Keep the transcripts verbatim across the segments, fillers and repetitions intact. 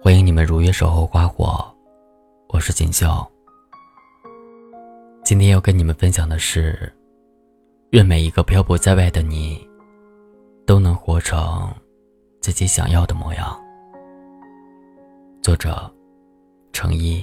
欢迎你们如约守候花火，我是锦绣。今天要跟你们分享的是，愿每一个漂泊在外的你，都能活成自己想要的模样。作者程一。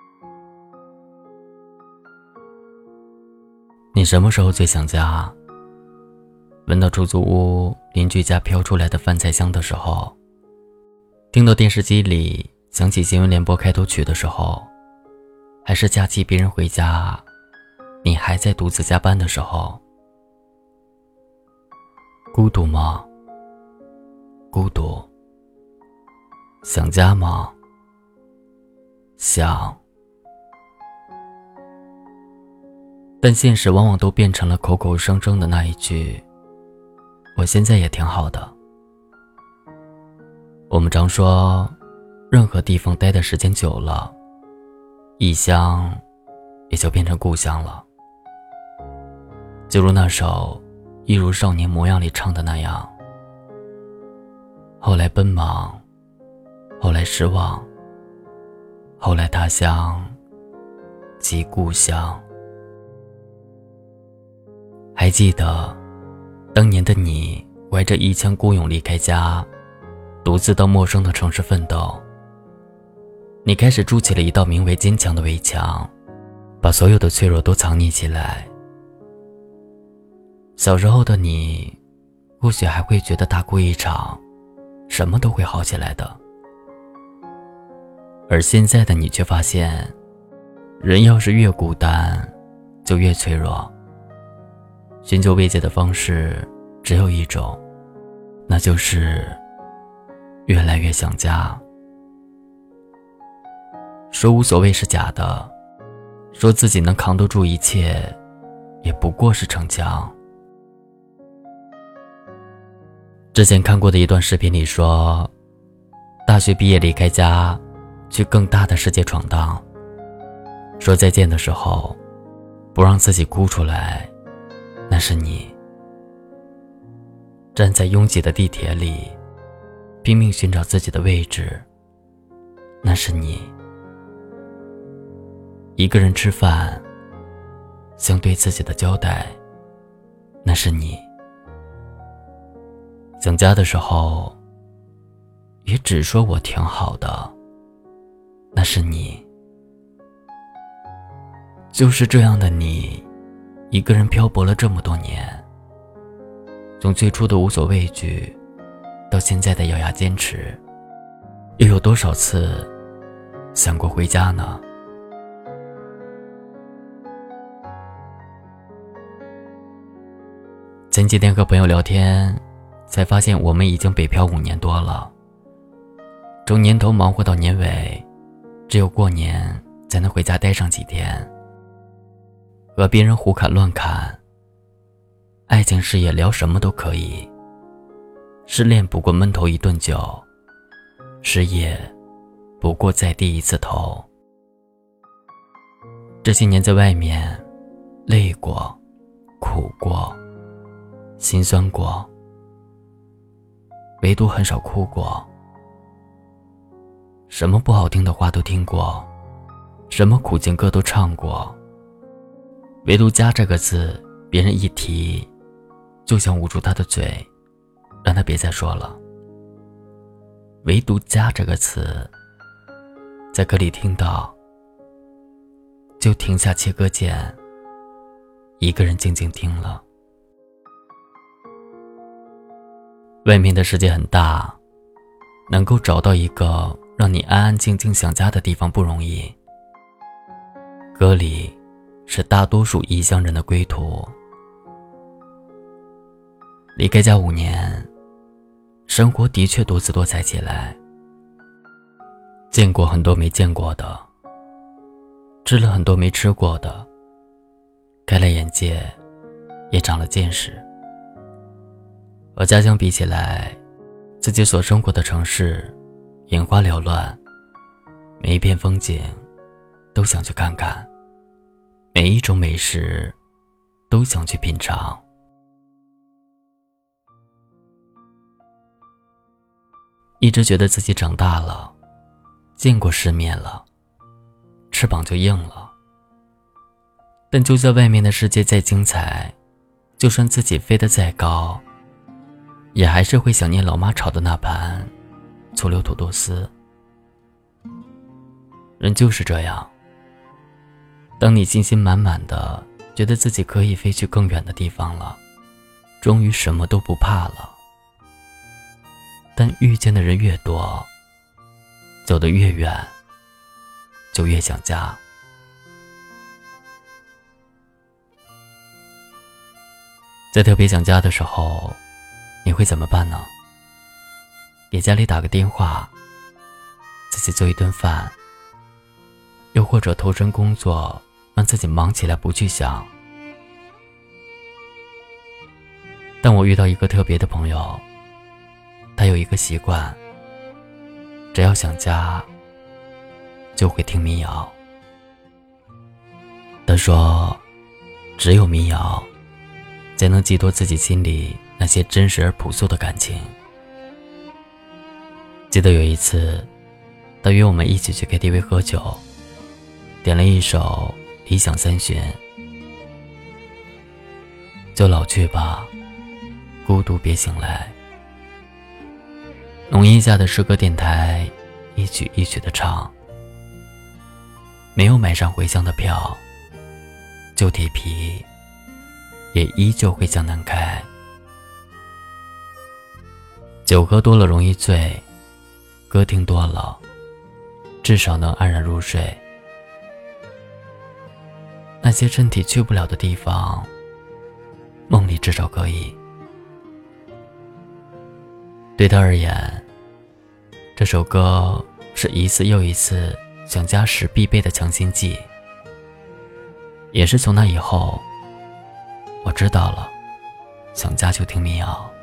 你什么时候最想家？闻到出租屋邻居家飘出来的饭菜香的时候，听到电视机里响起新闻联播开头曲的时候，还是假期别人回家，你还在独自加班的时候。孤独吗？孤独。想家吗？想。但现实往往都变成了口口声声的那一句，我现在也挺好的。我们常说，任何地方待的时间久了，异乡也就变成故乡了。就如那首《一如少年模样》里唱的那样，后来奔忙，后来失望，后来他乡即故乡。还记得当年的你怀着一腔孤勇离开家，独自到陌生的城市奋斗。你开始筑起了一道名为坚强的围墙，把所有的脆弱都藏匿起来。小时候的你或许还会觉得大哭一场什么都会好起来的，而现在的你却发现，人要是越孤单就越脆弱。寻求慰藉的方式只有一种，那就是越来越想家。说无所谓是假的，说自己能扛得住一切，也不过是逞强。之前看过的一段视频里说，大学毕业离开家，去更大的世界闯荡。说再见的时候，不让自己哭出来，那是你。站在拥挤的地铁里，拼命寻找自己的位置，那是你。一个人吃饭，想对自己的交代，那是你。想家的时候，也只说我挺好的，那是你。就是这样的你，一个人漂泊了这么多年，从最初的无所畏惧，到现在的咬牙坚持，又有多少次想过回家呢？前几天和朋友聊天，才发现我们已经北漂五年多了，从年头忙活到年尾，只有过年才能回家待上几天。和别人胡侃乱侃，爱情事业聊什么都可以，失恋不过闷头一顿酒，失业不过再低一次头。这些年在外面累过，苦过，心酸过，唯独很少哭过。什么不好听的话都听过，什么苦情歌都唱过，唯独家这个字，别人一提就想捂住他的嘴，让他别再说了。唯独家这个词，在歌里听到就停下切割键，一个人静静听了。外面的世界很大，能够找到一个让你安安静静想家的地方不容易。歌里是大多数异乡人的归途。离开家五年，生活的确多姿多彩起来，见过很多没见过的，吃了很多没吃过的，开了眼界，也长了见识。和家乡比起来，自己所生活的城市眼花缭乱，每一片风景都想去看看，每一种美食都想去品尝。一直觉得自己长大了， 见过世面了，翅膀就硬了。但就算外面的世界再精彩，就算自己飞得再高，也还是会想念老妈炒的那盘醋溜土豆丝。人就是这样，当你信心满满的觉得自己可以飞去更远的地方了，终于什么都不怕了，但遇见的人越多，走得越远，就越想家。在特别想家的时候，你会怎么办呢？给家里打个电话，自己做一顿饭，又或者投身工作，让自己忙起来不去想。但我遇到一个特别的朋友，他有一个习惯，只要想家就会听民谣。他说只有民谣才能寄托自己心里那些真实而朴素的感情。记得有一次他约我们一起去 K T V 喝酒，点了一首《理想三旬》。就老去吧，孤独别醒来。浓荫下的诗歌电台一曲一曲的唱，没有买上回乡的票，旧铁皮也依旧会向南开。酒喝多了容易醉，歌听多了至少能安然入睡。那些身体去不了的地方，梦里至少可以。对他而言，这首歌是一次又一次想家时必备的强心剂。也是从那以后，我知道了，想家就听民谣。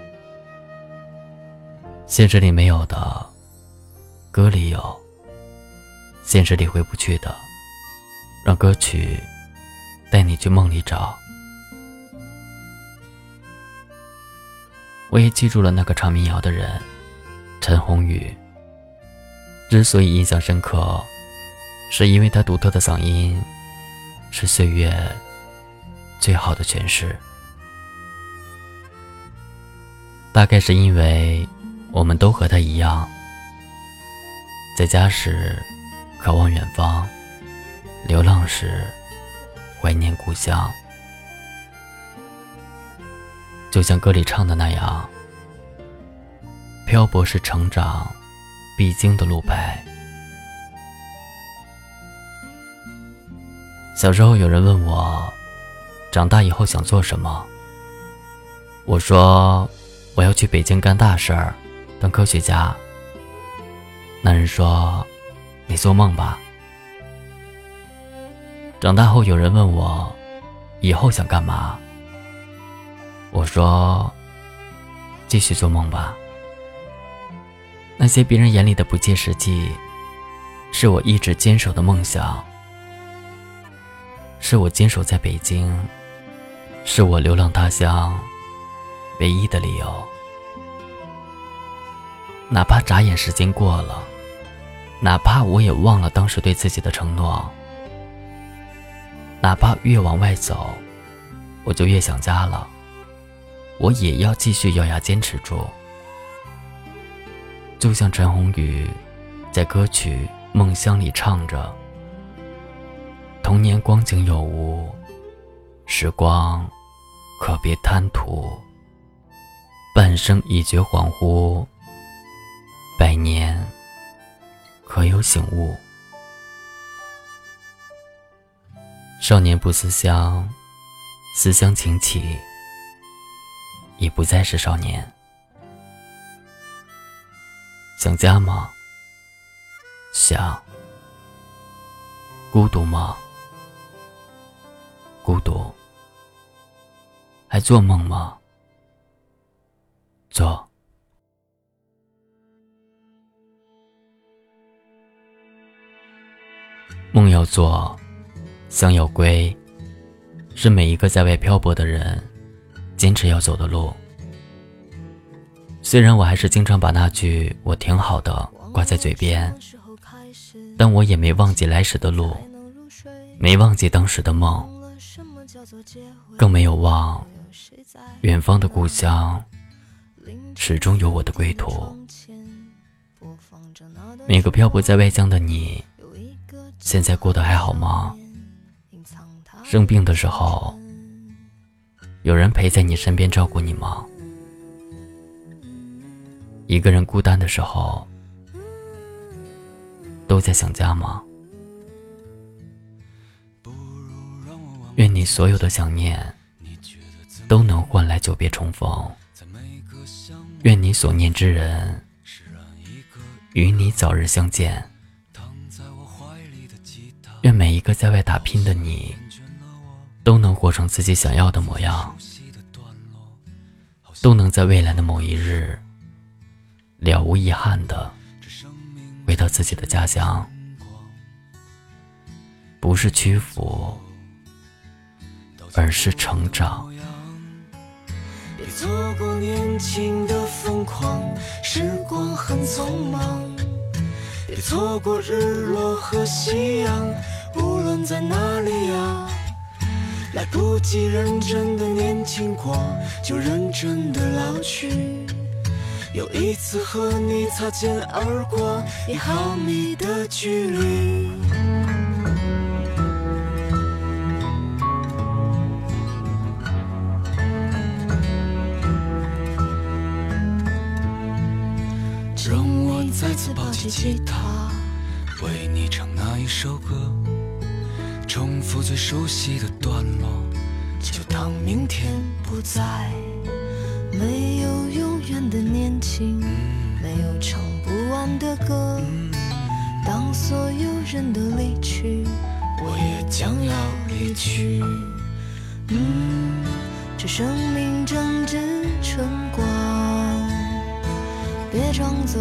现实里没有的，歌里有；现实里回不去的，让歌曲带你去梦里找。我也记住了那个唱民谣的人，陈鸿宇。之所以印象深刻，是因为他独特的嗓音是岁月最好的诠释。大概是因为我们都和他一样，在家时渴望远方，流浪时怀念故乡。就像歌里唱的那样，漂泊是成长必经的路牌。小时候有人问我，长大以后想做什么？我说我要去北京干大事儿，当科学家。那人说，你做梦吧。长大后有人问我，以后想干嘛？我说，继续做梦吧。那些别人眼里的不切实际，是我一直坚守的梦想，是我坚守在北京，是我流浪他乡唯一的理由。哪怕眨眼时间过了，哪怕我也忘了当时对自己的承诺，哪怕越往外走我就越想家了，我也要继续咬牙坚持住。就像陈鸿宇在歌曲《梦乡》里唱着，童年光景有无，时光可别贪图，半生已觉恍惚，百年可有醒悟。少年不思乡，思乡情起，已不再是少年。想家吗？想。孤独吗？孤独。还做梦吗？做。梦要做，乡要归，是每一个在外漂泊的人坚持要走的路。虽然我还是经常把那句我挺好的挂在嘴边， 但我也没忘记来时的路，没忘记当时的梦，更没有忘远方的故乡，始终有我的归途。每个漂泊在外疆的你，现在过得还好吗？生病的时候，有人陪在你身边照顾你吗？一个人孤单的时候，都在想家吗？愿你所有的想念都能换来久别重逢，愿你所念之人与你早日相见，愿每一个在外打拼的你都能活成自己想要的模样，都能在未来的某一日了无遗憾地回到自己的家乡。不是屈服，而是成长。 别错过年轻的疯狂，时光很匆忙。别错过日落和夕阳，无论在哪里啊，来不及认真的年轻过，就认真的老去。有一次和你擦肩而过，一毫米的距离。让我再次抱起吉他，为你唱那一首歌，重复最熟悉的段落，就当明天不在。没有永远的年轻，没有唱不完的歌，当所有人都离去，我也将要离去。嗯，这生命正值春光，别装作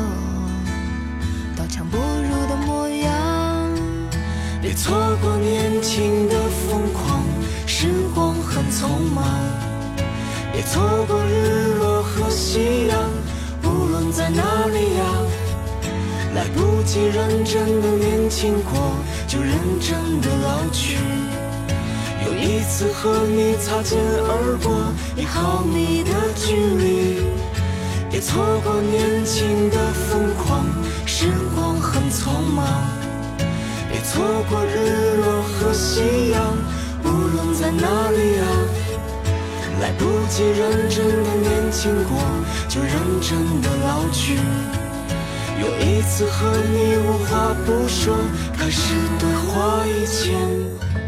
刀枪不入的模样，别错过年轻的疯狂，时光很匆忙。别错过日落和夕阳，无论在哪里啊，来不及认真的年轻过，就认真的老去。有一次和你擦肩而过，一毫米的距离。别错过年轻的疯狂，时光很匆忙。别错过日落和夕阳，无论在哪里啊，来不及认真的年轻过，就认真的老去。有一次和你无话不说，开始对话以前。